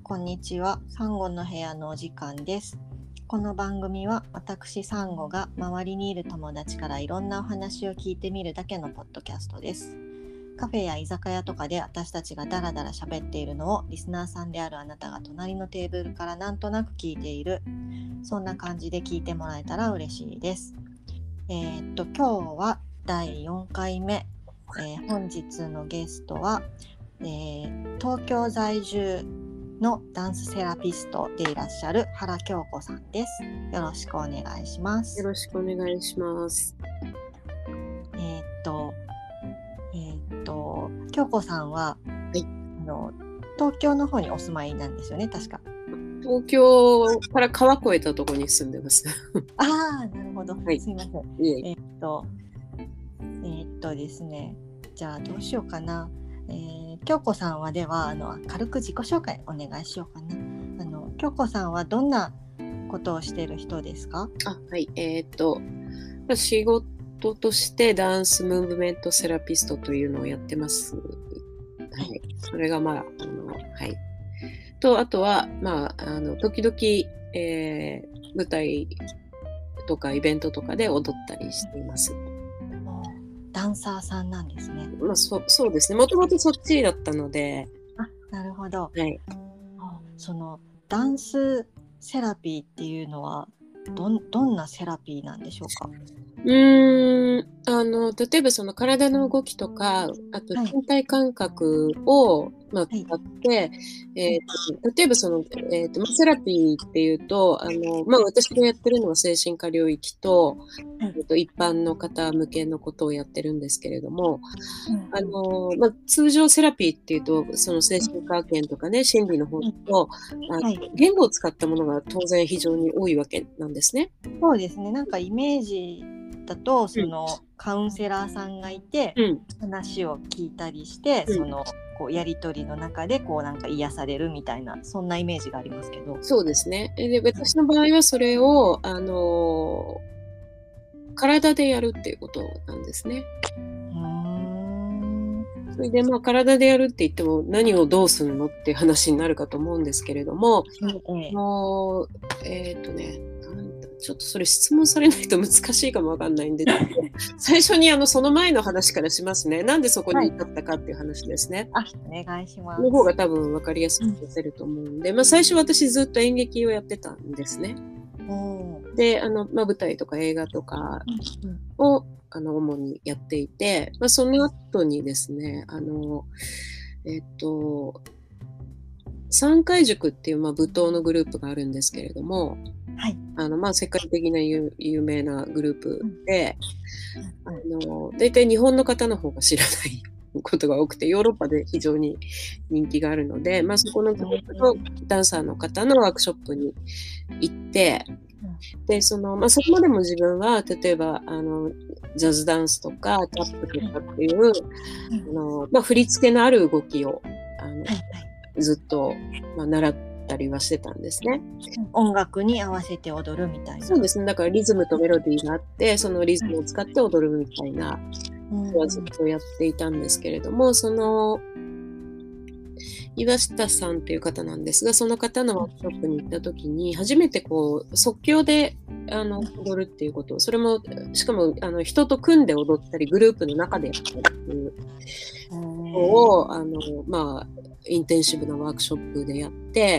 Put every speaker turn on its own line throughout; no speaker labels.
こんにちは。サンゴの部屋のお時間です。この番組は私サンゴが周りにいる友達からいろんなお話を聞いてみるだけのポッドキャストです。カフェや居酒屋とかで私たちがダラダラ喋っているのをリスナーさんであるあなたが隣のテーブルからなんとなく聞いている、そんな感じで聞いてもらえたら嬉しいです。今日は第4回目、本日のゲストは、東京在住のダンスセラピストでいらっしゃる原京子さんです。よろしくお願いします。
よろしくお願いします。
京子さんは、
はい、
東京の方にお住まいなんですよね、確か。
東京から川越えたところに住んでます。
ああ、なるほど。
はい、
すいません。ですね。じゃあどうしようかな。京子さんはでは軽く自己紹介お願いしようかな。京子さんはどんなことをしている人ですか？
はい、仕事としてダンスムーブメントセラピストというのをやってます。はい、それがはい。あとは時々、舞台とかイベントとかで踊ったりしています。
ダンサーさんなんですね。
そうですね。もともとそっちだったので。
なるほど。
はい。
そのダンスセラピーっていうのはどんなセラピーなんでしょうか？
例えばその体の動きとか、あと身体感覚を、使って、例えばその、セラピーっていうと、私がやってるのは精神科領域と、一般の方向けのことをやってるんですけれども、通常セラピーっていうと、その精神科圏とかね、心理の方と、言語を使ったものが当然非常に多いわけなんですね。
そうですね。なんかイメージだとそのカウンセラーさんがいて、話を聞いたりして、そのこうやり取りの中でこうなんか癒されるみたいな、そんなイメージがありますけど。
そうですね。で、私の場合はそれを体でやるっていうことなんですね。それで体でやるって言っても何をどうするのっていう話になるかと思うんですけれども、ちょっとそれ質問されないと難しいかもわかんないんで最初にその前の話からしますね。なんでそこに至ったかっていう話ですね。
お願いします。
の方が多分分かりやすく出せると思うんで、最初私ずっと演劇をやってたんですね。で、舞台とか映画とかを主にやっていて、その後にですね、三回塾っていう舞踏のグループがあるんですけれども、世界的な有名なグループで、大体日本の方の方が知らないことが多くて、ヨーロッパで非常に人気があるので、そこのグループのダンサーの方のワークショップに行って、でそこまでも自分は例えばジャズダンスとかタップとかっていう、振り付けのある動きをずっと、習ったりはしてたんですね。
音楽に合わせて踊るみたいな。
そうですね。だからリズムとメロディーがあって、そのリズムを使って踊るみたいなことはずっとやっていたんですけれども、その岩下さんという方なんですが、その方のワークショップに行った時に初めてこう即興で踊るっていうことを、それもしかも人と組んで踊ったりグループの中でやったりっていうのをインテンシブなワークショップでやって、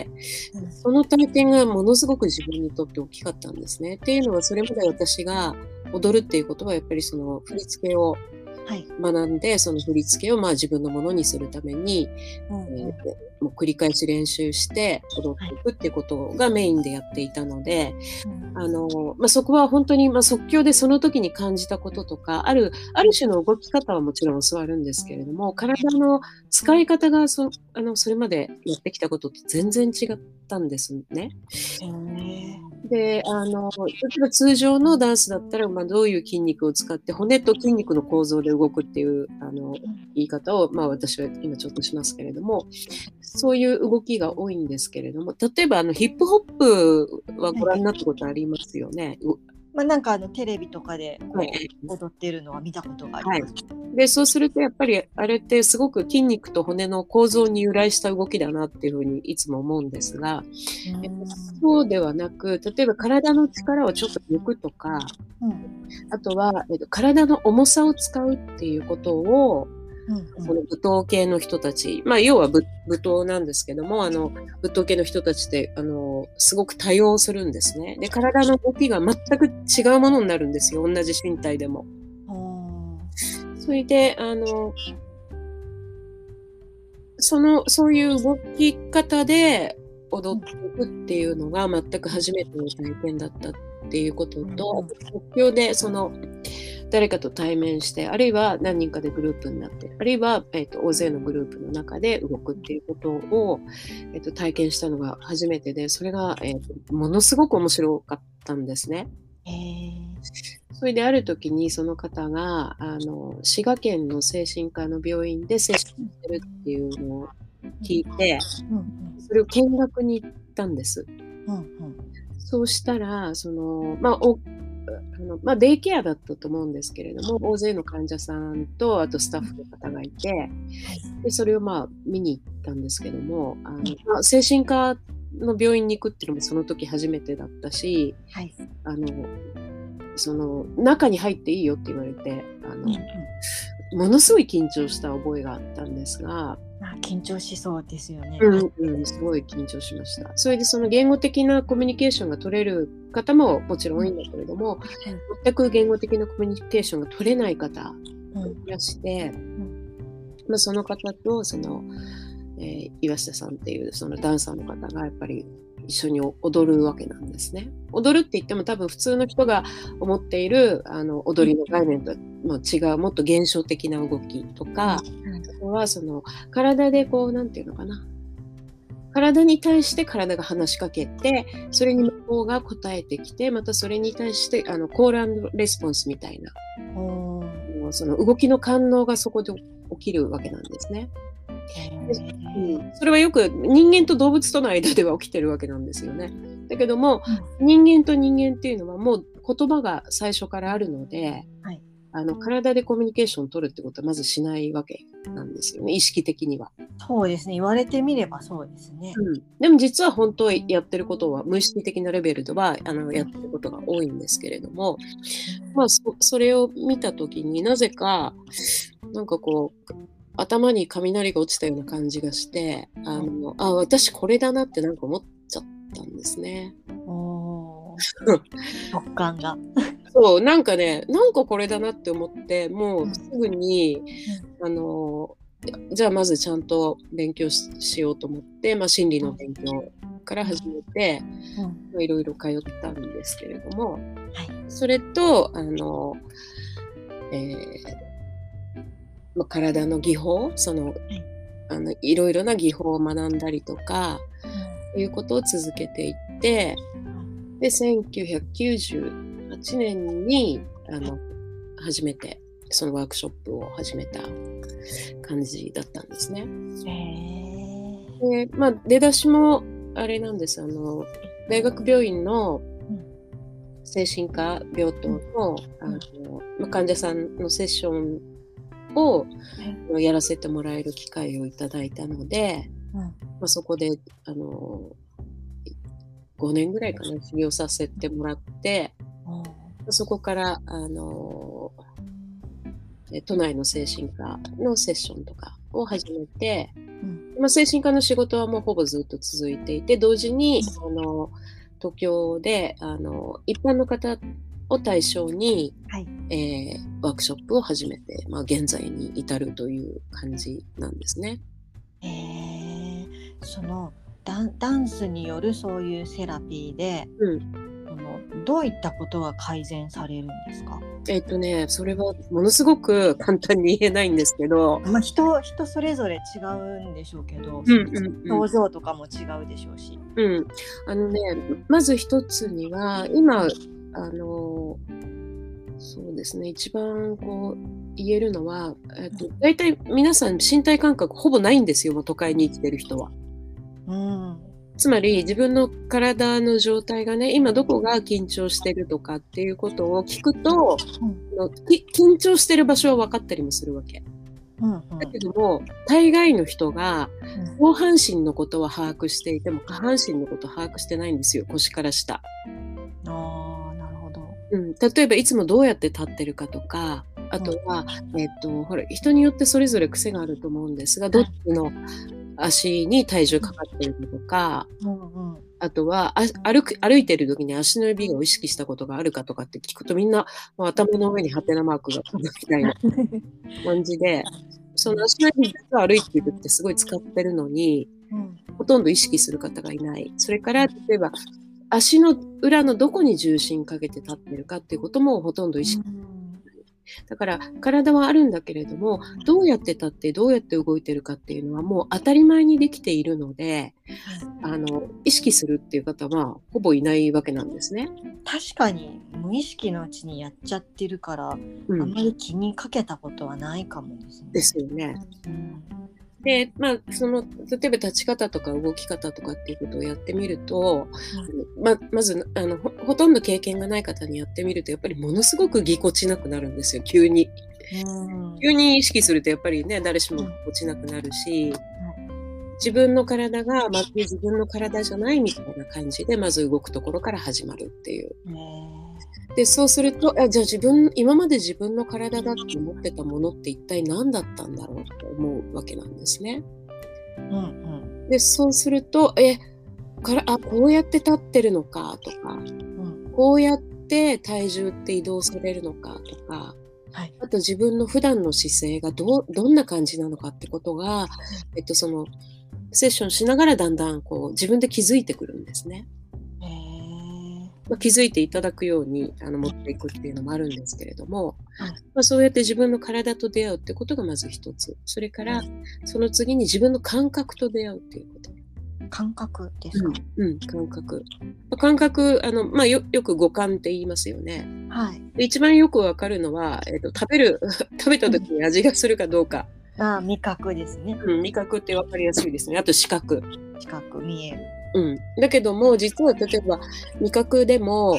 その体験がものすごく自分にとって大きかったんですね。っていうのは、それまで私が踊るっていうことはやっぱりその振り付けを学んで、その振り付けを自分のものにするために、もう繰り返し練習して踊っていくっていうことがメインでやっていたので、そこは本当に即興でその時に感じたこととか、ある種の動き方はもちろん教わるんですけれども、体の使い方がそれまでやってきたことと全然違ったんですね。で、例えば通常のダンスだったら、どういう筋肉を使って骨と筋肉の構造で動くっていう言い方を、私は今ちょっとしますけれども、そういう動きが多いんですけれども、例えばヒップホップはご覧になったことありますよね。
なんかテレビとかでこ
はい、
う踊ってるのは見たことがあり
はい。
ます。
で、そうするとやっぱりあれってすごく筋肉と骨の構造に由来した動きだなっていうふうにいつも思うんですが、そうではなく、例えば体の力をちょっと抜くとか、あとは、体の重さを使うっていうことを、その舞踏系の人たち、要は舞踏なんですけども、舞踏系の人たちってすごく多用するんですね。で、体の動きが全く違うものになるんですよ、同じ身体でも。それでそういう動き方で踊っていくっていうのが全く初めての体験だったっていうことと、即興で誰かと対面して、あるいは何人かでグループになって、あるいは、大勢のグループの中で動くっていうことを、体験したのが初めてで、それが、ものすごく面白かったんですね。それである時にその方が滋賀県の精神科の病院で接種してるっていうのを聞いて、それを見学に行ったんです。そうしたらデイケアだったと思うんですけれども、大勢の患者さんとあとスタッフの方がいて、でそれを見に行ったんですけども、精神科の病院に行くっていうのもその時初めてだったし、その中に入っていいよって言われてものすごい緊張した覚えがあったんですが、
緊張しそうですよね。
すごい緊張しました。それでその言語的なコミュニケーションが取れる方ももちろん多いんだけれども、全く言語的なコミュニケーションが取れない方がいらして、その方と岩下さんっていうそのダンサーの方がやっぱり一緒に踊るわけなんですね。踊るって言っても多分普通の人が思っている踊りの概念と違うもっと現象的な動きとか、あとはその体でなんていうのかな、体に対して体が話しかけて、それに向こうが答えてきて、またそれに対してコール&レスポンスみたいな、その動きの反応がそこで起きるわけなんですね。それはよく人間と動物との間では起きてるわけなんですよね。だけども、人間と人間っていうのはもう言葉が最初からあるので、体でコミュニケーションを取るってことはまずしないわけなんですよね、意識的には。
そうですね、言われてみればそうですね。
でも実は本当やってることは無意識的なレベルではやってることが多いんですけれども、それを見た時になぜかなんか頭に雷が落ちたような感じがして、私これだなってなんか思っちゃったんですね。
直感が。
そう、なんかこれだなって思って、もうすぐに、じゃあまずちゃんと勉強 しようと思って、心理の勉強から始めて、いろいろ通ったんですけれども、それと体の技法、いろいろな技法を学んだりとか、いうことを続けていって、で1998年に初めてそのワークショップを始めた感じだったんですね。で、出だしもあれなんです。大学病院の精神科病棟の患者さんのセッションをやらせてもらえる機会をいただいたので、そこで5年ぐらいかな、修行させてもらって、そこから都内の精神科のセッションとかを始めて、精神科の仕事はもうほぼずっと続いていて、同時に東京で一般の方を対象に、ワークショップを始めて、現在に至るという感じなんですね。
そのダンスによるそういうセラピーで、どういったことが改善されるんですか？
それはものすごく簡単に言えないんですけど、
人それぞれ違うんでしょうけど、表情とかも違うでしょうし、
まず一つには今そうですね、一番言えるのは、大体皆さん身体感覚ほぼないんですよ、もう都会に生きてる人は。 つまり自分の体の状態がね、今どこが緊張してるとかっていうことを聞くと、緊張してる場所は分かったりもするわけ。だけども、大概の人が上半身のことは把握していても下半身のことを把握してないんですよ、腰から下。
ああ、なるほど。
例えばいつもどうやって立ってるかとか、あとは、ほら、人によってそれぞれ癖があると思うんですが、どっちの足に体重かかってるのとか、あとは歩いてる時に足の指を意識したことがあるかとかって聞くと、みんな、頭の上にハテナマークが飛ぶみたいな感じで、その足の指が歩いてるってすごい使ってるのに、ほとんど意識する方がいない。それから、例えば足の裏のどこに重心かけて立ってるかっていうこともほとんど意識しない。だから体はあるんだけれども、どうやって立ってどうやって動いてるかっていうのはもう当たり前にできているので、意識するっていう方はほぼいないわけなんですね。
確かに無意識のうちにやっちゃってるから、あまり気にかけたことはないかもですね。
ですよね。で、例えば立ち方とか動き方とかっていうことをやってみると、まずほとんど経験がない方にやってみると、やっぱりものすごくぎこちなくなるんですよ、急に。急に意識するとやっぱりね、誰しもぎこちなくなるし、自分の体がまるで自分の体じゃないみたいな感じで、まず動くところから始まるっていう。で、そうすると、じゃあ今まで自分の体だって思ってたものって一体何だったんだろうって思うわけなんですね。で、そうすると、こうやって立ってるのかとか、こうやって体重って移動されるのかとか、あと自分の普段の姿勢がどんな感じなのかってことが、そのセッションしながらだんだんこう自分で気づいてくるんですね。気づいていただくように持っていくっていうのもあるんですけれども、そうやって自分の体と出会うってことがまず一つ。それから、その次に自分の感覚と出会うっていうこと。
感覚ですか？
感覚。感覚、よく五感って言いますよね。一番よくわかるのは、食べた時に味がするかどうか。
味覚ですね。
味覚ってわかりやすいですね。あと視覚、
見える。
だけども、実は例えば味覚でも、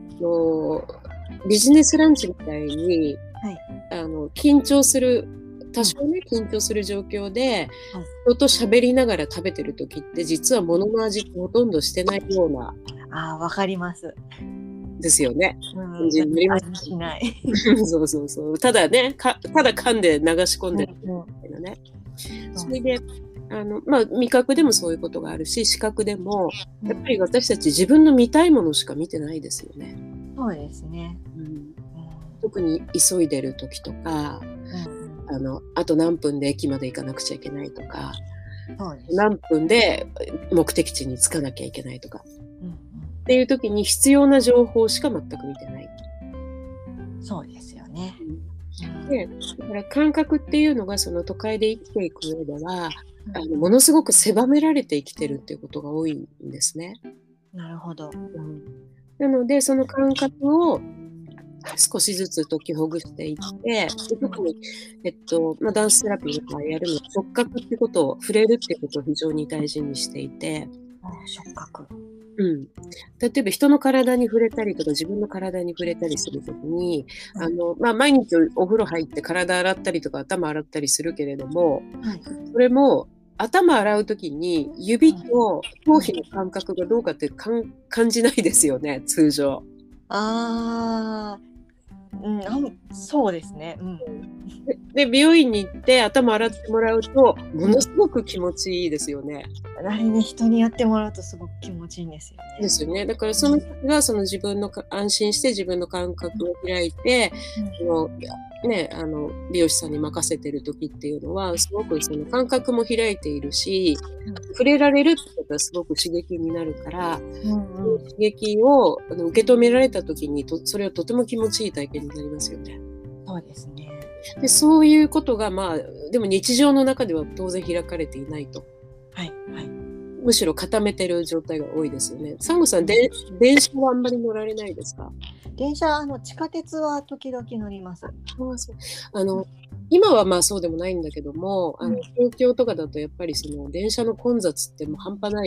ビジネスランチみたいに、緊張する、多少ね、緊張する状況で、人と喋りながら食べてる時って、実は物の味ってほとんんどしてないような。
わかります。
ですよね。
味しない。
そう。ただね、ただ噛んで流し込んでるみたいなね。それで、味覚でもそういうことがあるし、視覚でも、やっぱり私たち自分の見たいものしか見てないですよね。
そうですね。
特に急いでる時とか、あと何分で駅まで行かなくちゃいけないとか、何分で目的地に着かなきゃいけないとか、っていう時に必要な情報しか全く見てない。
そうですよね。
で、だから感覚っていうのがその都会で生きていく上では、ものすごく狭められて生きてるっていうことが多いんですね。
なるほど。
なのでその感覚を少しずつ解きほぐしていって、特に、ダンスセラピーとかやるのは触覚ってことを、触れるってことを非常に大事にしていて、
触覚。
例えば人の体に触れたりとか自分の体に触れたりするときに、毎日お風呂入って体洗ったりとか頭洗ったりするけれども、それも頭洗うときに指と頭皮の感覚がどうかって感じないですよね、通常。
そうですね。
で、美容院に行って頭洗ってもらうとものすごく気持ちいいですよね。
あれね、人にやってもらうとすごく気持ちいいんですよね。
ですよね。だからその時はその自分の安心して自分の感覚を開いて、美容師さんに任せてる時っていうのはすごくその感覚も開いているし、触れられるってことはすごく刺激になるから、刺激を受け止められた時にそれはとても気持ちいい体験になりますよね。
そうですね。
で、そういうことがでも日常の中では当然開かれていないと。むしろ固めてる状態が多いですよね。サンゴさん、電車はあんまり乗られないですか？
電車、地下鉄は時々乗ります。
今はそうでもないんだけども、東京とかだとやっぱりその電車の混雑ってもう半端ない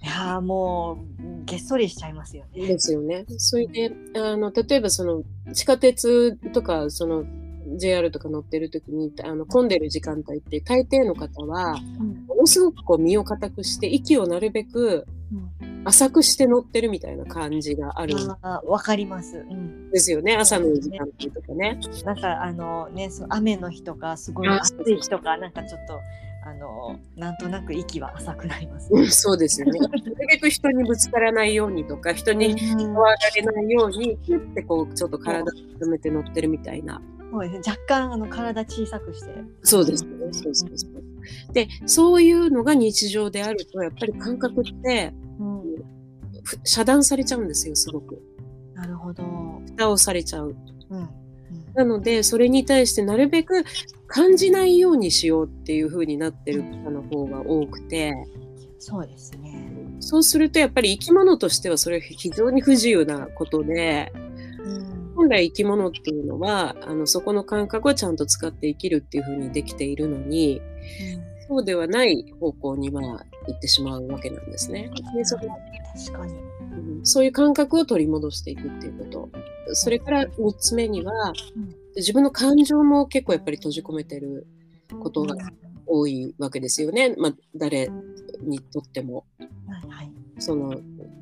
いやもうげっそりしちゃいますよね。
ですよね。それで例えばその地下鉄とかその JR とか乗ってる時に混んでる時間帯って大抵の方はものすごくこう身を固くして息をなるべく浅くして乗ってるみたいな感じがある。
わかります。
ですよね。朝の時間帯とかね。
なんかね、その雨の日とかすごい暑い日とかなんかちょっとなんとなく息は浅くなります、ね。
そうですよね。なるべく人にぶつからないようにとか、人に触られないようにキュッてこうちょっと体を止めて乗ってるみたいな。
そうですね。若干体小さくして。
そうですね。そうそうそう。で、そういうのが日常であるとやっぱり感覚って、遮断されちゃうんですよ、すごく。
なるほど。
蓋をされちゃう。なのでそれに対してなるべく感じないようにしようっていう風になってる方の方が多くて。
そうですね。
そうするとやっぱり生き物としてはそれ非常に不自由なことで、本来生き物っていうのはそこの感覚をちゃんと使って生きるっていう風にできているのに、そうではない方向に行ってしまうわけなんですね。で
確かに、
そういう感覚を取り戻していくっていうこと。それから3つ目には、自分の感情も結構やっぱり閉じ込めてることが多いわけですよね。誰にとっても。その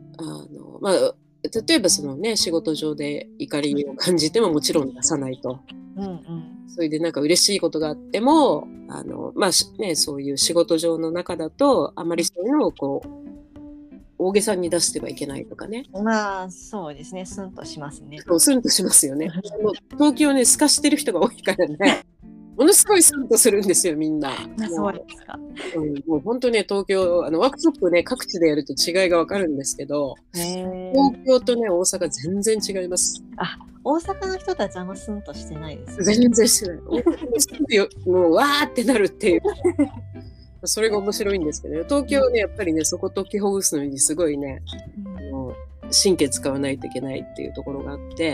例えばそのね、仕事上で怒りを感じてももちろん出さないと。それでなんか嬉しいことがあってもそういう仕事上の中だとあまりそういうのをこう大げさに出してはいけないとかね。
そうですね。スンとしますね。
スンとしますよね。東京ね、透かしてる人が多いからね。ものすごいスンとするんですよ、みんな。
そうですか。
もう本当ね、東京ワークショップね、各地でやると違いがわかるんですけど、東京とね、大阪全然違います。
大阪の人たちスンとしてないです、
ね。全然してない。もうわーってなるっていう。それが面白いんですけどね。東京はね、やっぱりね、そこと気ほぐすのにすごいね、神経使わないといけないっていうところがあって。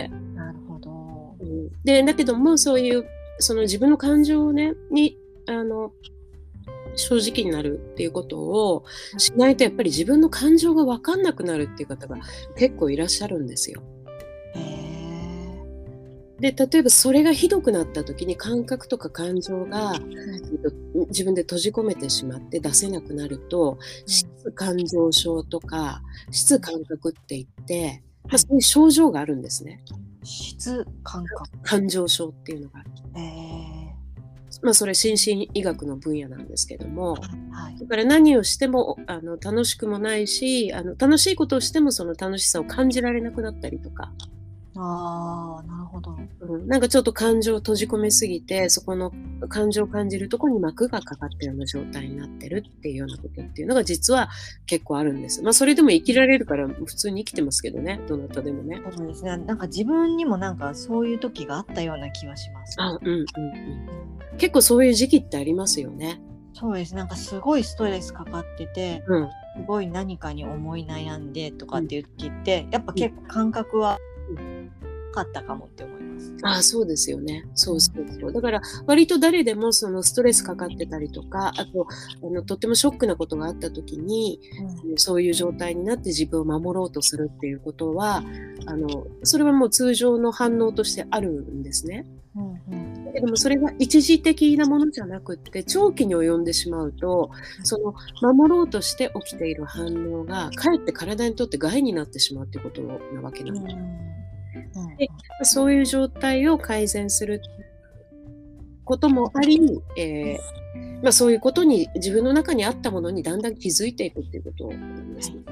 なるほど。
で、だけども、そういう、その自分の感情をね、正直になるっていうことをしないと、やっぱり自分の感情が分かんなくなるっていう方が結構いらっしゃるんですよ。で、例えばそれがひどくなった時に感覚とか感情が、自分で閉じ込めてしまって出せなくなると、質感情症とか質感覚って言って、そういう症状があるんですね。
質感覚
感情症っていうのがある。それ心身医学の分野なんですけども、だから何をしても楽しくもないし、楽しいことをしてもその楽しさを感じられなくなったりとか。
なるほど。
なんかちょっと感情を閉じ込めすぎて、そこの感情を感じるところに膜がかかってるような状態になってるっていうようなことっていうのが実は結構あるんです。それでも生きられるから普通に生きてますけどね、どなたでもね。
そうですね。なんか自分にもなんかそういう時があったような気はします。
結構そういう時期ってありますよね。
そうです。なんかすごいストレスかかってて、すごい何かに思い悩んでとかっていう時って、やっぱ結構感覚はかったかもって思います。
そうですよね。そう。だから割と誰でもそのストレスかかってたりとか、あととってもショックなことがあった時に、そういう状態になって自分を守ろうとするっていうことはそれはもう通常の反応としてあるんですね。だけどもそれが一時的なものじゃなくって長期に及んでしまうと、その守ろうとして起きている反応がかえって体にとって害になってしまうっていうことなわけなんです。でそういう状態を改善することもあり、そういうことに自分の中にあったものにだんだん気づいていくっていうことなんですね。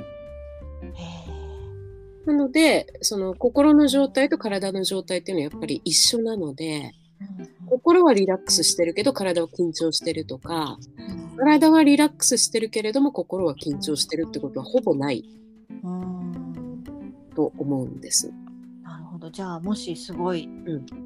なのでその心の状態と体の状態っていうのはやっぱり一緒なので、心はリラックスしてるけど体は緊張してるとか、体はリラックスしてるけれども心は緊張してるってことはほぼないと思うんです。
なるほど。じゃあもしすごい、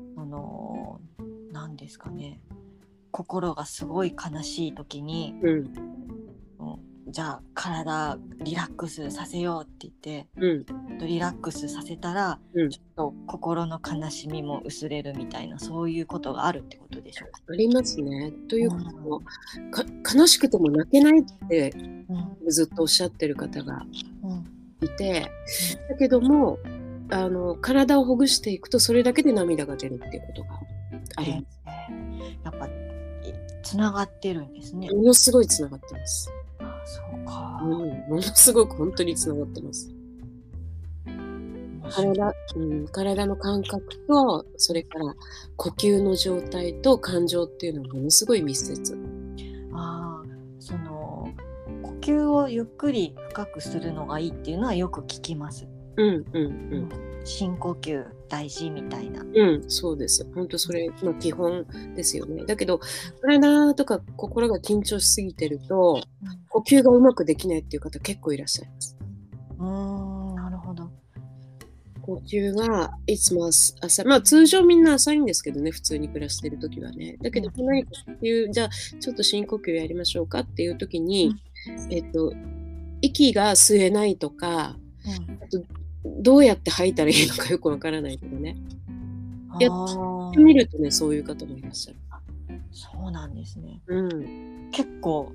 何ですかね、心がすごい悲しい時に、じゃあ体リラックスさせようって言って、リラックスさせたら、ちょっと心の悲しみも薄れるみたいな、そういうことがあるってことでしょうか。
ありますね。というか、悲しくても泣けないって、 ずっとおっしゃってる方が
うん
いて、だけども体をほぐしていくとそれだけで涙が出るっていうことがあります。
やっぱつながってるんですね。
ものすごいつながってます。
あ、そうか。
ものすごく本当につながってます。体の感覚と、それから呼吸の状態と感情っていうのはものすごい密接。
その呼吸をゆっくり深くするのがいいっていうのはよく聞きます。深呼吸大事みたいな。
そうです。本当それの基本ですよね。だけど体とか心が緊張しすぎてると、呼吸がうまくできないっていう方結構いらっしゃいます。
なるほど。
呼吸がいつも朝、通常みんな浅いんですけどね、普通に暮らしてる時はね。だけど何か呼吸、じゃあちょっと深呼吸やりましょうかっていう時に、息が吸えないとか、あとどうやって吐いたらいいのかよくわからないけどね。やってみるとね、そういう方もいらっしゃる。
そうなんですね。結構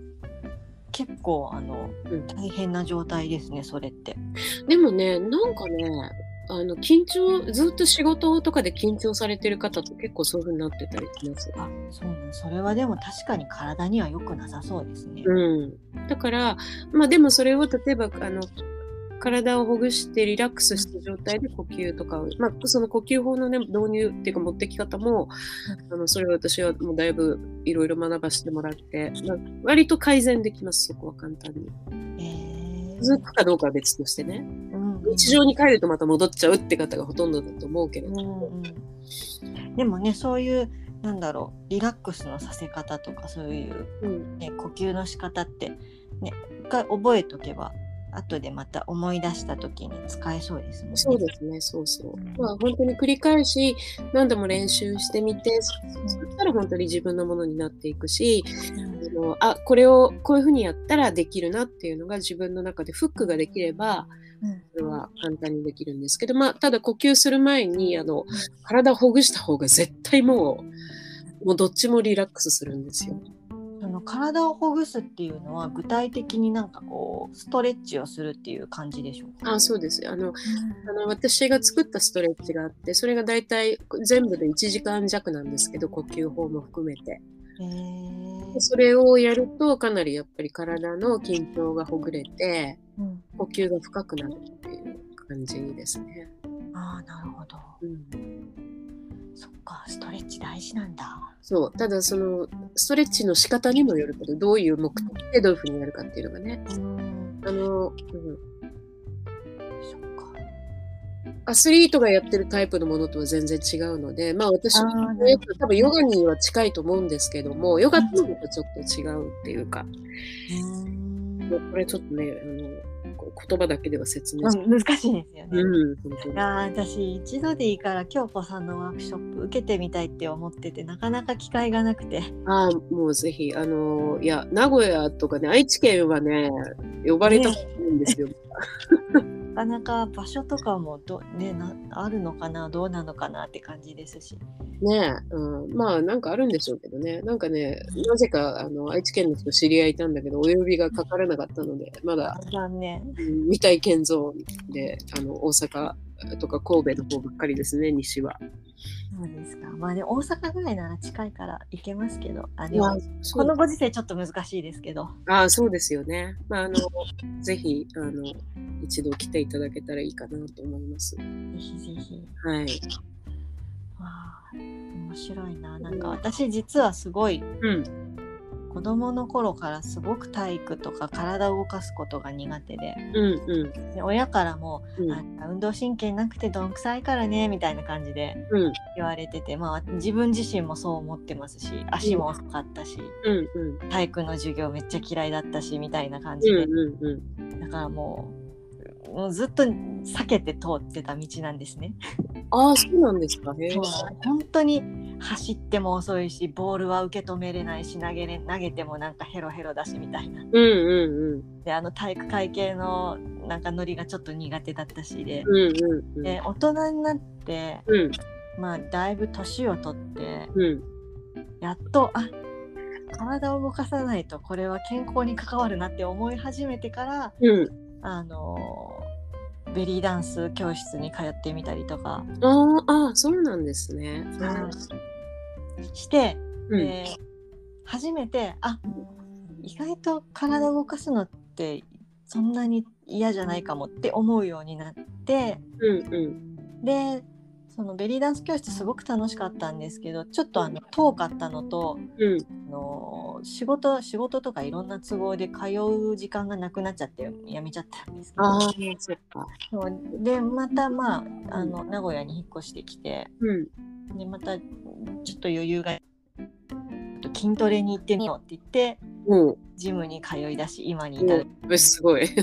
大変な状態ですね、それって。
でもね、なんかね、緊張、ずっと仕事とかで緊張されてる方って結構そういう風になってたりします。
そうなん。それはでも確かに体には良くなさそうですね。
だから、でもそれを例えば体をほぐしてリラックスした状態で呼吸とかを、その呼吸法のね、導入っていうか持ってき方も、それを私はもうだいぶいろいろ学ばせてもらって、割と改善できます、そこは簡単に。続くかどうかは別としてね。日常に帰るとまた戻っちゃうって方がほとんどだと思うけれども。
でもね、そういうリラックスのさせ方とかそういう、呼吸の仕方ってね、一回覚えとけば後でまた思い出した時に使えそうですもんね。
そうですね、そう。本当に繰り返し何度も練習してみて、そしたら本当に自分のものになっていくし、これをこういうふうにやったらできるなっていうのが自分の中でフックができれば、それは簡単にできるんですけど、ただ呼吸する前に体をほぐした方が絶対もうどっちもリラックスするんですよ。
体をほぐすっていうのは具体的にストレッチをするっていう感じでしょうか？
そうです。私が作ったストレッチがあって、それがだいたい全部で1時間弱なんですけど、呼吸法も含めて。それをやるとかなりやっぱり体の緊張がほぐれて、呼吸が深くなるっていう感じですね。
なるほど。そっか、ストレッチ大事なんだ。
そう、ただそのストレッチの仕方にもよるけど、どういう目的でどういうふうにやるかっていうのがね。
そっか。
アスリートがやってるタイプのものとは全然違うので、私は多分ヨガには近いと思うんですけども、ヨガとはちょっと違うっていうか、これちょっとね、言葉だけでは説明
難しいですよね。
本当に。
私一度でいいから京子さんのワークショップ受けてみたいって思ってて、なかなか機会がなくて。
もうぜひいや名古屋とかね、愛知県はね呼ばれたことないんですよ。
なかなか場所とかもあるのかな、どうなのかなって感じですし
ね。なんかあるんでしょうけどね。なんかね、なぜか愛知県の人知り合いいたんだけどお呼びがかからなかったので、まだ
残念。
未体験ゾーンで大阪とか神戸の方ばっかりですね、西は。
そうですか。大阪ぐらいなら近いから行けますけど、このご時世ちょっと難しいですけど。
そうですよね。ぜひ一度来ていただけたらいいかなと思います。ぜ
ひぜひ。
はい。
面白いな。私実はすごい、子供の頃からすごく体育とか体を動かすことが苦手で、で親からも、運動神経なくてどんくさいからねみたいな感じで言われてて、自分自身もそう思ってますし、足も遅かったし、体育の授業めっちゃ嫌いだったしみたいな感じで、だからもうずっと避けて通ってた道なんですね。
そうなんですか。
本当に走っても遅いし、ボールは受け止めれないし、投げてもヘロヘロだしみたいな。で体育会系のノリがちょっと苦手だったしで、で大人になって、だいぶ年を取って、やっと体を動かさないとこれは健康に関わるなって思い始めてから、
うん、
ベリーダンス教室に通ってみたりとか
そうなんですね。
して、
うん
初めて意外と体を動かすのってそんなに嫌じゃないかもって思うようになって、
うんうん、
でそのベリーダンス教室すごく楽しかったんですけど、ちょっと遠かったのと、
うん、
仕事とかいろんな都合で通う時間がなくなっちゃってやめちゃったんですけど、
そっか。
そうでまた名古屋に引っ越してきて、でまたちょっと余裕が筋トレに行ってみようって言って、ジムに通いだし今に至る。
すごい。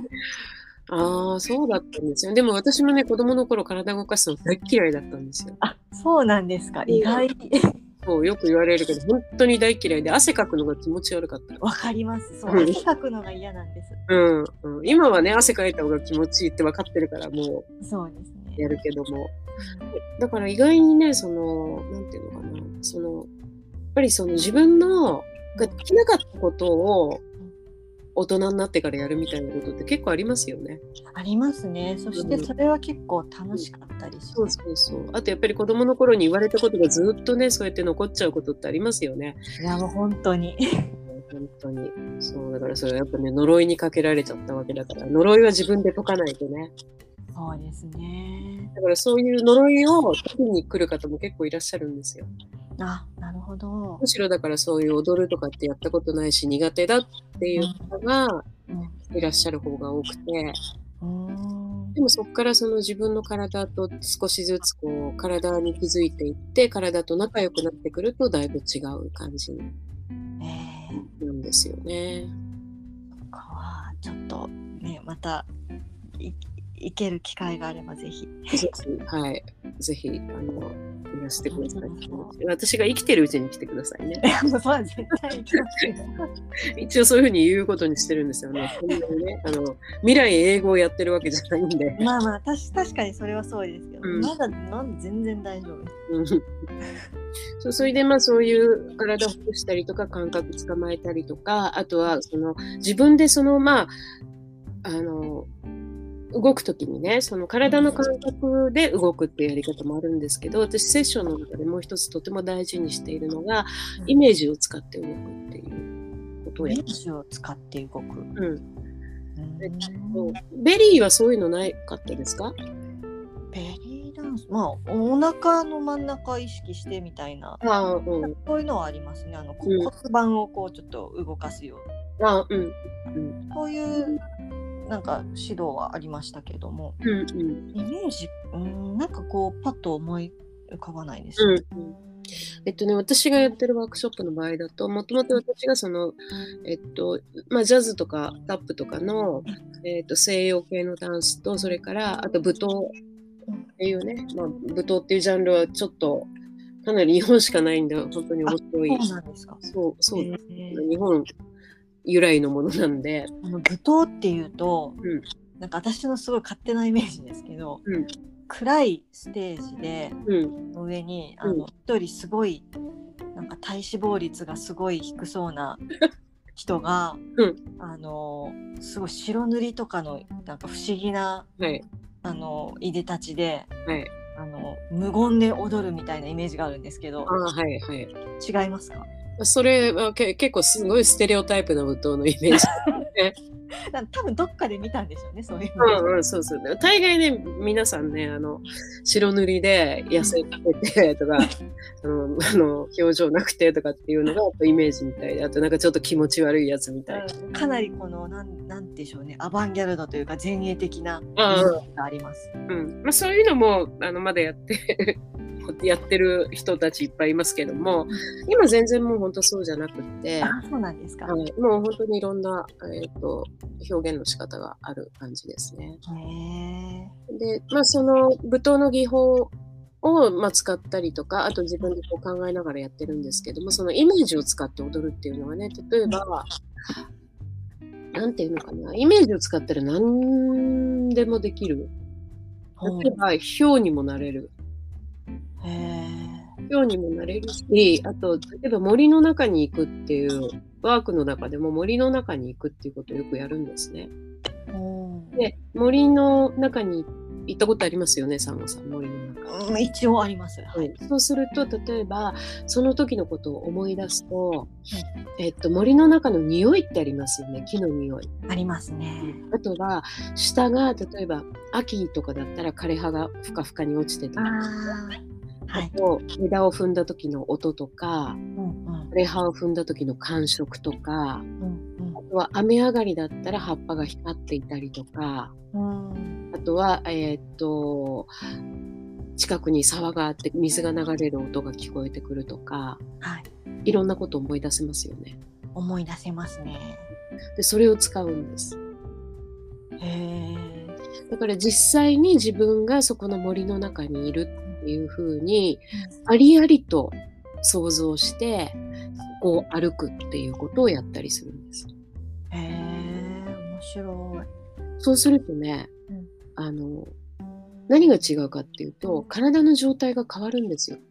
そうだったんですよ。でも私もね、子供の頃体動かすの大嫌いだったんですよ。
そうなんですか。意外。
そうよく言われるけど本当に大嫌いで、汗かくのが気持ち悪かった。
わかります。そう、汗かくのが嫌なんです。
今はね、汗かいた方が気持ちいいって分かってるからもう
そうですね。
やるけども、だから意外にね、なんていうのかな、やっぱり自分のができなかったことを大人になってからやるみたいなことって結構ありますよね。あ
りますね。そしてそれは結構楽しかったりします。
そう。あとやっぱり子供の頃に言われたことがずっとね、そうやって残っちゃうことってありますよね。
いやもう本当に。
本当に。そうだからそれはやっぱね、呪いにかけられちゃったわけだから、呪いは自分で解かないとね。
そうですね。
だからそういう呪いを解きに来る方も結構いらっしゃるんですよ。
なるほど。
むしろだからそういう踊るとかってやったことないし苦手だっていう方がいらっしゃる方が多くて、でもそこから自分の体と少しずつ体に気づいていって体と仲良くなってくるとだいぶ違う感じなんですよね。
ちょっとねまた行ける機会があればぜひ。
はい、ぜひいらしてください。私が生きてるうちに来てくださいね。
そうは絶対行きますよ。
一応そういうふうに言うことにしてるんですよね。未来英語をやってるわけじゃないんで。
まあ確かにそれはそうですけど、まだ全然大丈
夫。それでそういう体をほぐしたりとか感覚捕まえたりとか、あとは自分で動くときにね、体の感覚で動くっていうやり方もあるんですけど、私セッションの中でもう一つとても大事にしているのが、イメージを使って動くっていうことをやる。
イメージを使って動く。
ベリーはそういうのなかったですか？
ベリーダンス、お腹の真ん中意識してみたいな、そういうのはありますね。骨盤をちょっと動かすような。そういうなんか指導はありましたけども、イメージなんかパッと思い浮かばないです。
私がやってるワークショップの場合だと、もともと私がジャズとかタップとかの、西洋系のダンスと、それからあと舞踏っていうね、舞踏っていうジャンルはちょっとかなり日本しかないんで本当に面白い。
そうなんですか。
そう日本由来のものなんで、
舞踏っていうと、なんか私のすごい勝手なイメージですけど、暗いステージで、の上に一人すごいなんか体脂肪率がすごい低そうな人が、すごい白塗りとかのなんか不思議な、いでたちで、無言で踊るみたいなイメージがあるんですけど、違いますか？
それは結構すごいステレオタイプな舞踏のイメージ、ね。
多分どっかで見たんでしょうね、そういう。
そう。大概ね、皆さんね、白塗りで痩せててとか、表情なくてとかっていうのがイメージみたいで、あとなんかちょっと気持ち悪いやつみたいな。
かなりなんでしょうね、アバンギャルドというか前衛的なイメージがあります。
そういうのもまだやってる人たちいっぱいいますけども、今全然もう本当そうじゃなくて、
そうなんですか。
もう本当にいろんな、表現の仕方がある感じですね。で、その舞踏の技法を、使ったりとか、あと自分で考えながらやってるんですけども、そのイメージを使って踊るっていうのはね、例えば、なんていうのかな、イメージを使ったら何でもできる。例えば、ヒョウにもなれる。 ようにもなれるし、あと、例えば森の中に行くっていう、ワークの中でも森の中に行くっていうことをよくやるんですね。で、森の中に行ったことありますよね、サンゴさん、森の中。
一応あります。はい。
そうすると、例えば、その時のことを思い出すと、森の中の匂いってありますよね、木の匂い。
ありますね。
あとは、下が、例えば、秋とかだったら枯葉がふかふかに落ちてたりとか、あと、枝を踏んだ時の音とか、枯葉を踏んだ時の感触とか、あとは雨上がりだったら葉っぱが光っていたりとか、あとは、近くに沢があって水が流れる音が聞こえてくるとか、いろんなことを思い出せますよね。
思い出せますね。
で、それを使うんです。だから実際に自分がそこの森の中にいるっていう風に、ありありと想像して、こう歩くっていうことをやったりするんです。
面白い。
そうするとね、何が違うかっていうと、体の状態が変わるんですよ。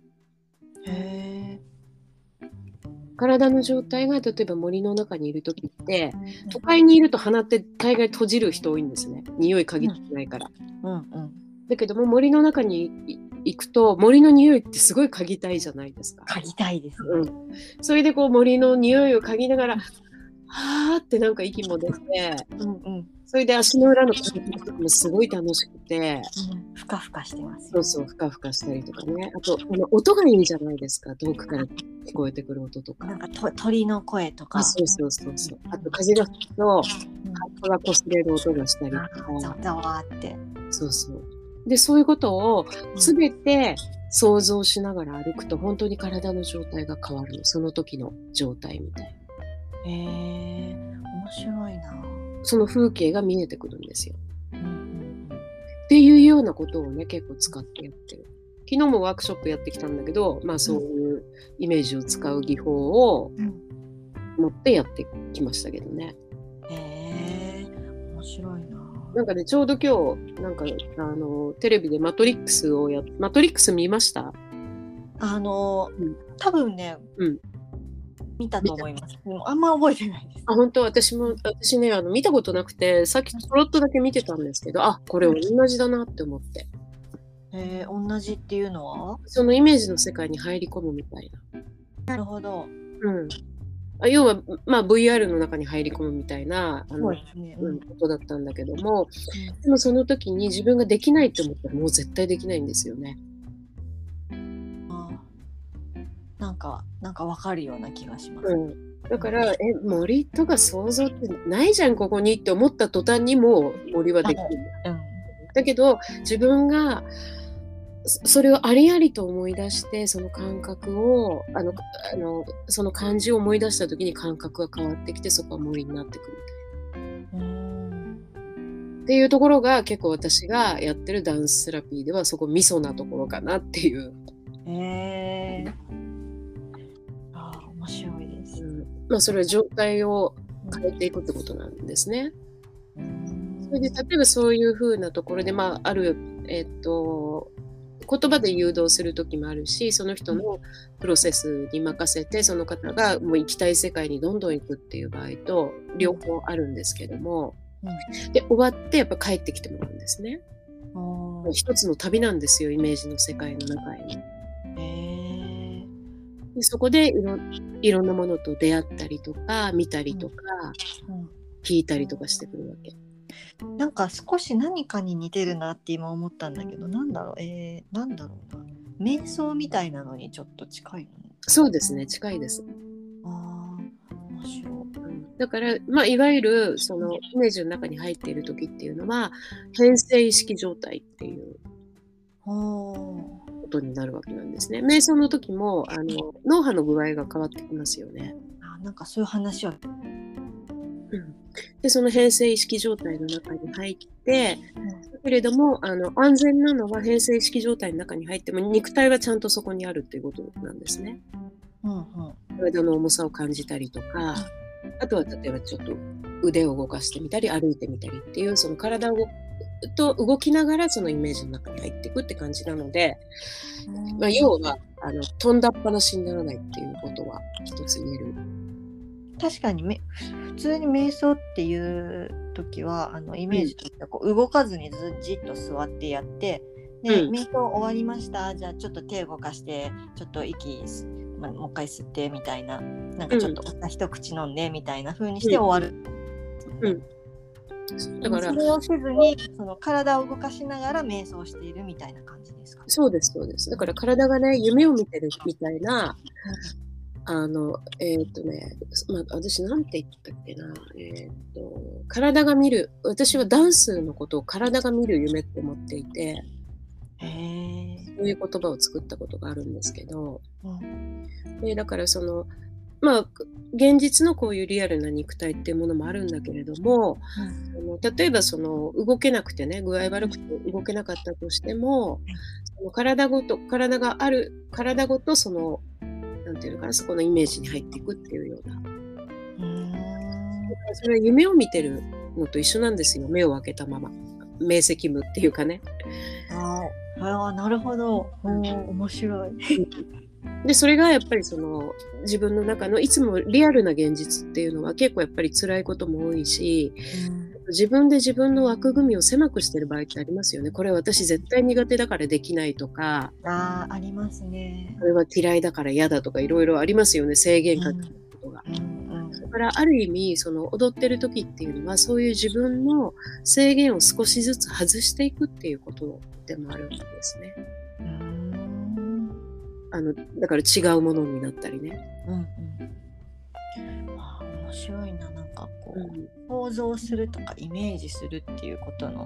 体の状態が例えば森の中にいる時って、都会にいると鼻って大概閉じる人多いんですね。匂い嗅ぎたくないから。だけども森の中に行くと森の匂いってすごい嗅ぎたいじゃないですか。
嗅ぎたいですね。
それでこう森の匂いを嗅ぎながら、はーってなんか息も出て、それで足の裏の感覚とかもすごい楽しくて、
ふかふかしてます。
そうそう、ふかふかしたりとかね。あと、音がいいじゃないですか。遠くから聞こえてくる音とか。
なんか鳥の声とか。
そうそうそうそう。あと、風が吹くと、葉っぱが擦れる音がしたりとか。
ざわーって。
そうそう。で、そういうことをすべて想像しながら歩くと、本当に体の状態が変わるの。その時の状態みたいな。
面白いな。
その風景が見えてくるんですよ。っていうようなことをね、結構使ってやってる。昨日もワークショップやってきたんだけど、まあそういうイメージを使う技法を持ってやってきましたけどね。
面白いな。
なんかね、ちょうど今日、なんかテレビでマトリックス見ました？
多分ね、見たと思います。でもあんま覚えてないです。
本当、私ね、見たことなくて、さっきちょろっとだけ見てたんですけど、これ同じだなって思って。
同じっていうのは？
そのイメージの世界に入り込むみたいな。
なるほど。
要は、まあ、VR の中に入り込むみたいなことだったんだけども、でもその時に自分ができないって思ったらもう絶対できないんですよね。
なんかわかるような気がします。
だから森とか想像ってないじゃんここにって思った途端にもう森はできる。だけど自分がそれをありありと思い出してその感覚をその感じを思い出した時に感覚が変わってきてそこは森になってくるみたいな。っていうところが結構私がやってるダンスセラピーではそこミソなところかなっていう。
面白いです。
まあそれは状態を変えていくってことなんですね。それで例えばそういう風なところである言葉で誘導する時もあるしその人のプロセスに任せてその方がもう行きたい世界にどんどん行くっていう場合と両方あるんですけども、で終わってやっぱ帰ってきてもらうんですね。一つの旅なんですよイメージの世界の中への。でそこでいろんなものと出会ったりとか見たりとか、聞いたりとかしてくるわけ。
なんか少し何かに似てるなって今思ったんだけどなんだろうな瞑想みたいなのにちょっと近いの？
そうですね近いです。
面白い。
だからいわゆるそのイメージの中に入っている時っていうのは変性意識状態っていうことになるわけなんですね。瞑想の時も脳波の具合が変わってきますよね。
なんかそういう話は。
でその変性意識状態の中に入って、だけれども安全なのは変性意識状態の中に入っても肉体はちゃんとそこにあるっていうことなんですね。体の重さを感じたりとか、あとは例えばちょっと腕を動かしてみたり歩いてみたりっていうその体と動きながらそのイメージの中に入っていくって感じなので、要は飛んだっぱなしにならないっていうことは一つ言える。
確かに普通に瞑想っていう時はイメージとしてはこう動かずにじっと座ってやってで、瞑想終わりました、じゃあちょっと手動かしてちょっと息、もう一回吸ってみたいな、なんかちょっと一口飲んでみたいな風にして終わる。だからそれをせずにその体を動かしながら瞑想しているみたいな感じですか？
そうですそうです。だから体がね夢を見てるみたいな、私なんて言ったっけな、体が見る、私はダンスのことを体が見る夢って思っていて、そういう言葉を作ったことがあるんですけど、でだから現実のこういうリアルな肉体っていうものもあるんだけれども、例えば動けなくてね、具合悪くて動けなかったとしても、体ごとなんていうのかな、そこのイメージに入っていくっていうような。それは夢を見てるのと一緒なんですよ。目を開けたまま。明晰夢っていうかね。
なるほど。面白い。
でそれがやっぱり自分の中のいつもリアルな現実っていうのは結構やっぱり辛いことも多いし、自分で自分の枠組みを狭くしてる場合ってありますよね。これ私絶対苦手だからできないとか、
ありますね。
これは嫌いだから嫌だとかいろいろありますよね、制限かけることが。だからある意味踊ってる時っていうのはそういう自分の制限を少しずつ外していくっていうことでもあるんですね。だから違うものになったりね。
面白いな。なんかこう、想像するとかイメージするっていうことの、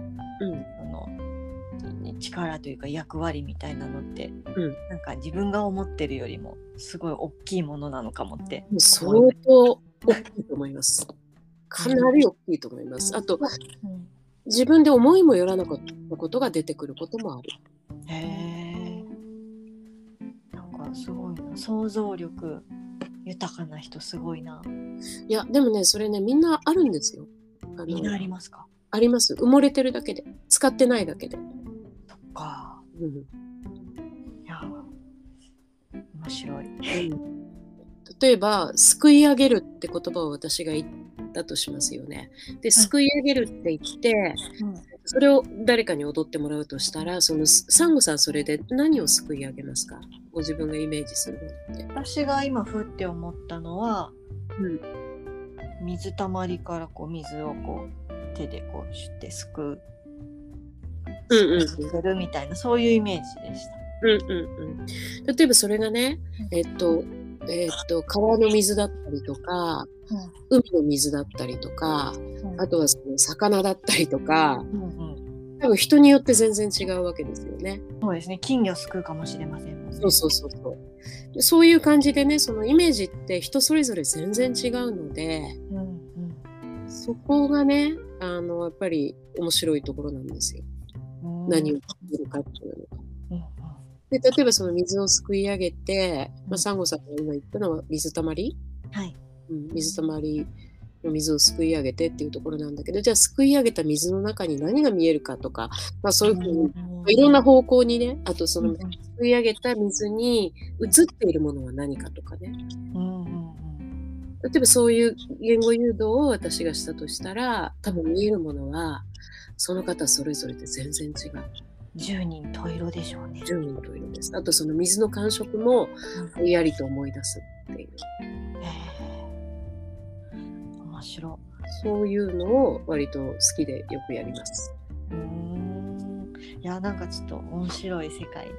力というか役割みたいなのって、なんか自分が思ってるよりもすごい大きいものなのかもって。
相当大きいと思います。かなり大きいと思います。あと、自分で思いもよらなかったことが出てくることもある。
なんかすごいな。想像力豊かな人すごいな。
いやでもね、それねみんなあるんですよ。
みんなありますか？
あります。埋もれてるだけで、使ってないだけで。
そっか。いや面白い。
例えばすくい上げるって言葉を私が言ったとしますよね。ですくい上げるって言って、それを誰かに踊ってもらうとしたら、サンゴさんそれで何をすくい上げますか？ご自分がイメージするものって。
私が今ふって思ったのは、水たまりからこう水をこう手でこうシュッてすくるみたいな、そういうイメージでした。
例えばそれがね、川の水だったりとか、海の水だったりとか、あとは魚だったりとか、多分人によって全然違うわけですよね。
そうですね。金魚すくうかもしれませんもんね。
そういう感じでね、そのイメージって人それぞれ全然違うので、そこがね、やっぱり面白いところなんですよ。何を作るかっていうのが。で例えばその水をすくい上げて、サンゴさんが今言ったのは水たまり、水たまりの水をすくい上げてっていうところなんだけど、じゃあすくい上げた水の中に何が見えるかとか、そういうふうにいろんな方向にね、あとすくい上げた水に映っているものは何かとかね、例えばそういう言語誘導を私がしたとしたら、多分見えるものはその方それぞれで全然違う。
十人十色でしょうね。
十人十色です。あとその水の感触もぼんやりと思い出すっていう。
面白い。
そういうのを割と好きでよくやります。
いやなんかちょっと面白い世界です。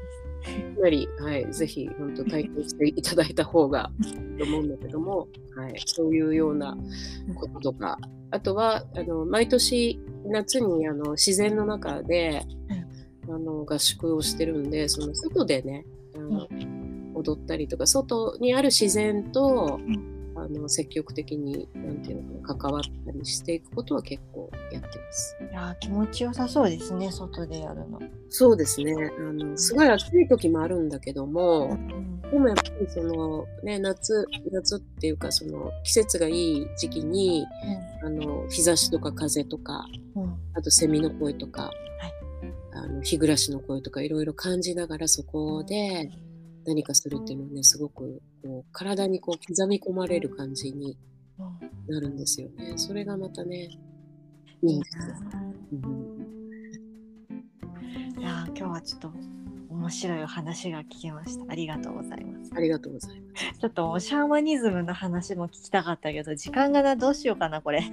やはり、ぜひ本当体験していただいた方がいいと思うんだけども、そういうようなこととか、あとは毎年夏に自然の中で合宿をしてるんで、その外でね踊ったりとか、外にある自然と積極的になんていうのかな、関わったりしていくことは結構やってます。
いや気持ちよさそうですね、外でやるの。
そうですね。すごい暑い時もあるんだけども、でもやっぱり夏っていうか季節がいい時期に、日差しとか風とか、あとセミの声とか、日暮らしの声とかいろいろ感じながらそこで何かするっていうのはね、すごくこう体にこう刻み込まれる感じになるんですよね。それがまたね、いいんですよ。
いや今日はちょっと面白いお話が聞けました。ありがとうございます。
ありがとうございます。
ちょっとシャーマニズムの話も聞きたかったけど、時間がどうしようかなこれ。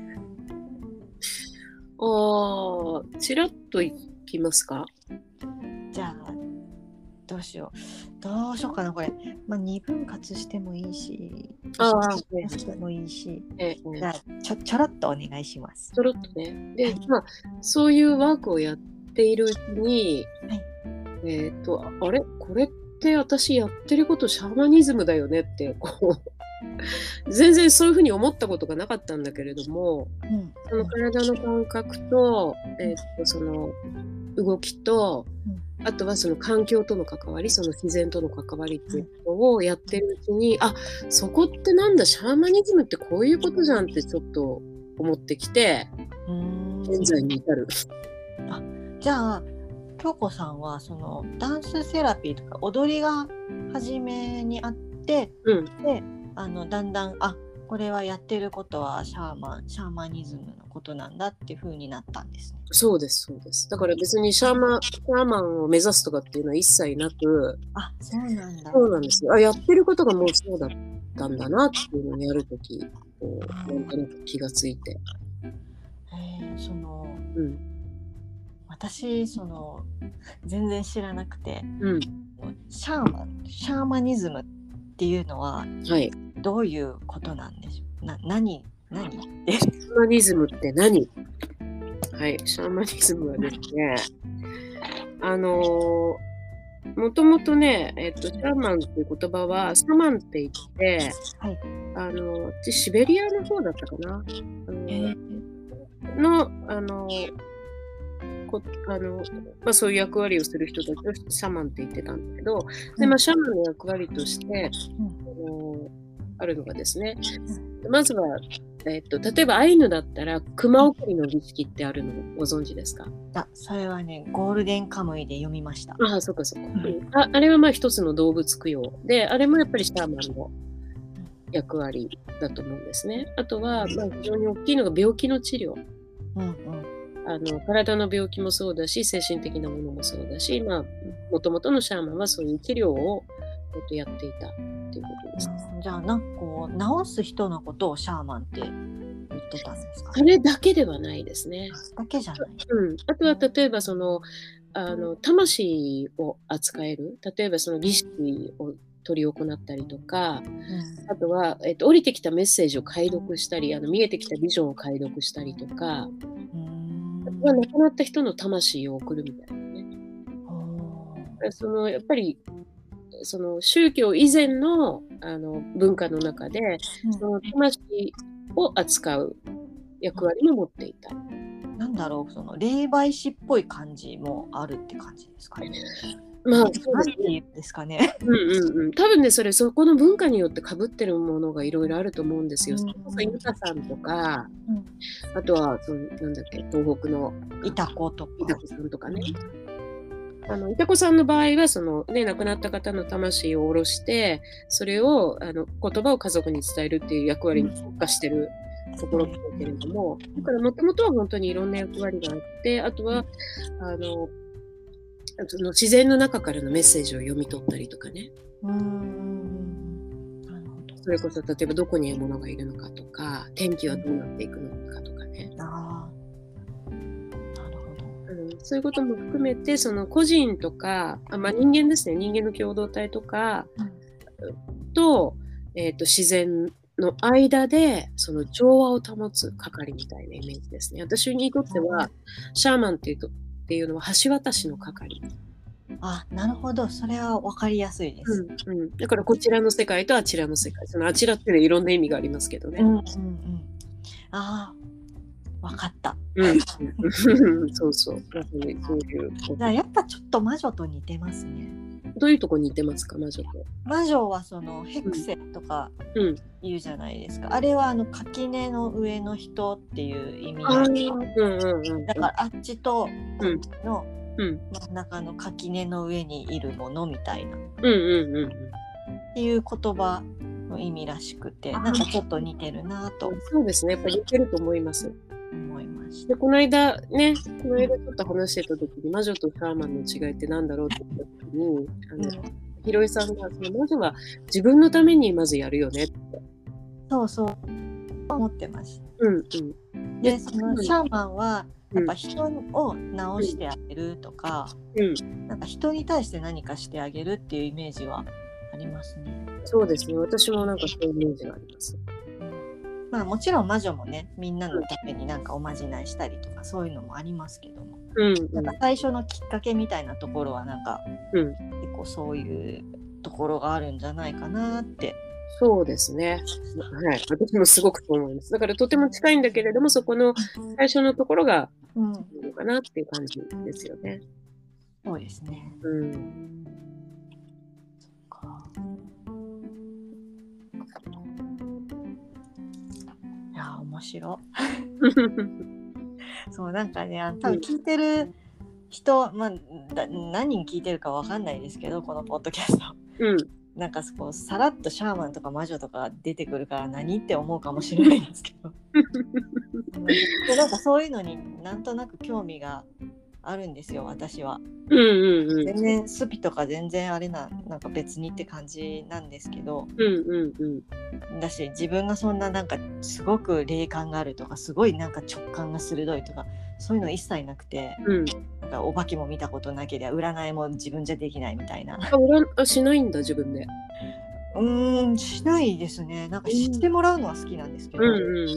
ちらっといきますか。
じゃあどうしようかなこれ。2分割してもいいし、してもいいし、じゃあちょろっとお願いします。
ちょろっとね。で、そういうワークをやっているうちに、あれこれって私やってることシャーマニズムだよねってこう全然そういうふうに思ったことがなかったんだけれども、その体の感覚と、その動きと、あとはその環境との関わり、その自然との関わりっていうのをやってるうちに、そこってなんだ、シャーマニズムってこういうことじゃんってちょっと思ってきて、現在に至る。
じゃあ京子さんはそのダンスセラピーとか踊りが初めにあって、でだんだんこれはやってることはシャーマニズムのことなんだっていう風になったんですね。
そうです。だから別にシャーマンを目指すとかっていうのは一切なく、
そうなんだ。
そうなんですよ。やってることがもうそうだったんだなっていうのにやるとき、なんとなく気がついて。
私全然知らなくて、シャーマニズムっていうのはどういうことなんでしょう。何シャ
ーマニズムって何？はい、シャーマニズムはですね、もともとね、シャーマンっていう言葉はサマンって言って、シベリアの方だったかな。そういう役割をする人たちをシャマンって言ってたんだけど、でシャマンの役割として、あるのがですね、まずは、例えばアイヌだったら熊送りの儀式ってあるのをご存知ですか？
それはね、ゴールデンカムイで読みました。
そうか。あれは一つの動物供養で、あれもやっぱりシャーマンの役割だと思うんですね。あとは、非常に大きいのが病気の治療。体の病気もそうだし、精神的なものもそうだし、もともとのシャーマンはそういう治療を、やっていたっていうことです。
じゃあ治す人のことをシャーマンって言ってたんですかね？
それだけではないですね。
だけじゃない。
あとは例えば魂を扱える、例えばその儀式を執り行ったりとか、あとは、降りてきたメッセージを解読したり、見えてきたビジョンを解読したりとか、あとは亡くなった人の魂を送るみたいなね。やっぱりその宗教以前の、文化の中で、その魂を扱う役割も持っていた。
霊媒師っぽい感じもあるって感じですかね。
そうですね。多分ね、そこの文化によって被ってるものがいろいろあると思うんですよ。ユタさんとか、あとは東北の
イタコ
さんとかね。イタコさんの場合は亡くなった方の魂を下ろして、それを言葉を家族に伝えるっていう役割に特化してるところだけれども、だからもともとは本当にいろんな役割があって、あとはその自然の中からのメッセージを読み取ったりとかね。それこそ例えばどこに獲物がいるのかとか、天気はどうなっていくのかとかね。そういうことも含めて、その個人とか、人間ですね、人間の共同体とかと、自然の間でその調和を保つ係みたいなイメージですね。私にとってはシャーマンっていうのは橋渡しの係。
なるほど、それは分かりやすいです。
だからこちらの世界とあちらの世界、そのあちらっていうのはいろんな意味がありますけどね。
分かった。
そう。
じゃあやっぱちょっと魔女と似てますね。
どういうとこ似てますか、魔女と？
魔女はヘクセとか言うじゃないですか。あれは垣根の上の人っていう意味なんで、だからあっちとこっちの真ん中の垣根の上にいるものみたいな、っていう言葉の意味らしくて、なんかちょっと似てるなと。
そうですね、やっぱり似てると思います。
思いました。
でこの間ちょっと話してた時に魔女とシャーマンの違いってなんだろうって言った時にひろえさんがその魔女は自分のためにまずやるよねって。
そうそう思ってました。でそのシャーマンはやっぱ人を治してあげるとか、なんか人に対して何かしてあげるっていうイメージはありますね。
そうですね、私もなんかそういうイメージがあります。
まあもちろん魔女もね、みんなのためになんかおまじないしたりとかそういうのもありますけども、なんか最初のきっかけみたいなところはなんか、結構そういうところがあるんじゃないかなって。
そうですね、はい、私もすごくそう思います。だからとても近いんだけれども、そこの最初のところがいいのかなっていう感じですよね。
そうですね。そっか。いや面白い。そうなんかね、多分聞いてる人、何人聞いてるかわかんないですけど、このポッドキャスト。なんかこうさらっとシャーマンとか魔女とか出てくるから何って思うかもしれないんですけどなんかそういうのになんとなく興味があるんですよ、私は。全然スピとか全然あれなんか別にって感じなんですけど、だし自分がそんななんかすごく霊感があるとかすごいなんか直感が鋭いとかそういうの一切なくて、なんかお化けも見たことなければ占いも自分じゃできないみたいな。
しないんだ自分で。
しないですね。なんか知ってもらうのは好きなんですけど、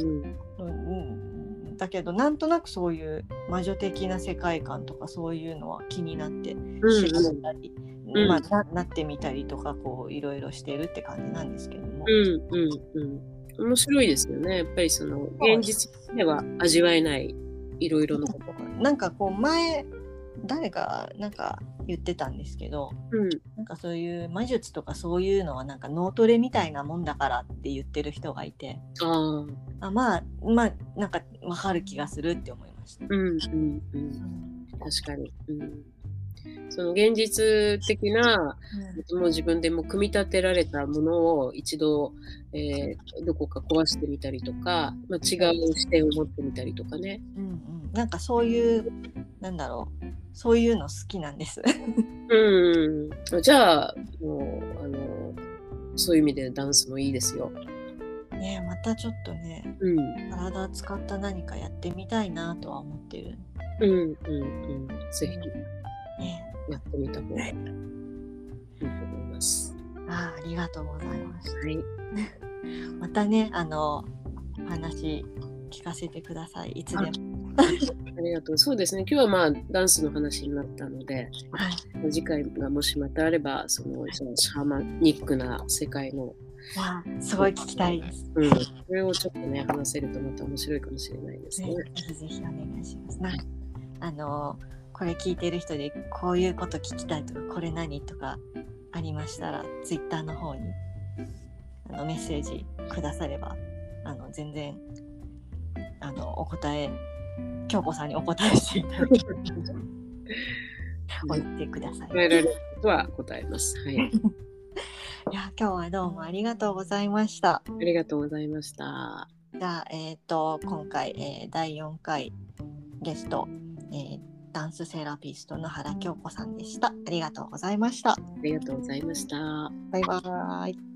だけどなんとなくそういう魔女的な世界観とかそういうのは気になって調べたり、なってみたりとかこういろいろしてるって感じなんですけども、
面白いですよね。やっぱりその現実では味わえないいろいろなことが。
なんかこう前誰かなんか言ってたんですけど、なんかそういう魔術とかそういうのはなんか脳トレみたいなもんだからって言ってる人がいて、まあなんか分かる気がするって思いました。
確かに、その現実的な、もう自分でも組み立てられたものを一度、どこか壊してみたりとか、違う視点を持ってみたりとかね。
なんかそういうなんだろう、そういうの好きなんです。
じゃあもうそういう意味でダンスもいいですよ。
ね、またちょっとね、体使った何かやってみたいなとは思ってる。
ぜひ、やってみた方がいいと思います。
ありがとうございます。またね話聞かせてください、いつでも。
ありがとう。そうですね。今日はダンスの話になったので、次回がもしまたあればそのシャーマニックな世界の
すごい聞きたいです。
それをちょっとね話せるとまた面白いかもしれないですね。
ぜひぜひお願いします。これ聞いてる人でこういうこと聞きたいとかこれ何とかありましたらツイッターの方にメッセージくだされば全然お答え京子さんにお答えしていただきお言ってください。
答えられることは答えます。い
や今日はどうもありがとうございました。
ありがとうございました。
じゃあ今回、第4回ゲスト、ダンスセラピストの原京子さんでした。ありがとうございました。
ありがとうございました。
バイバーイ。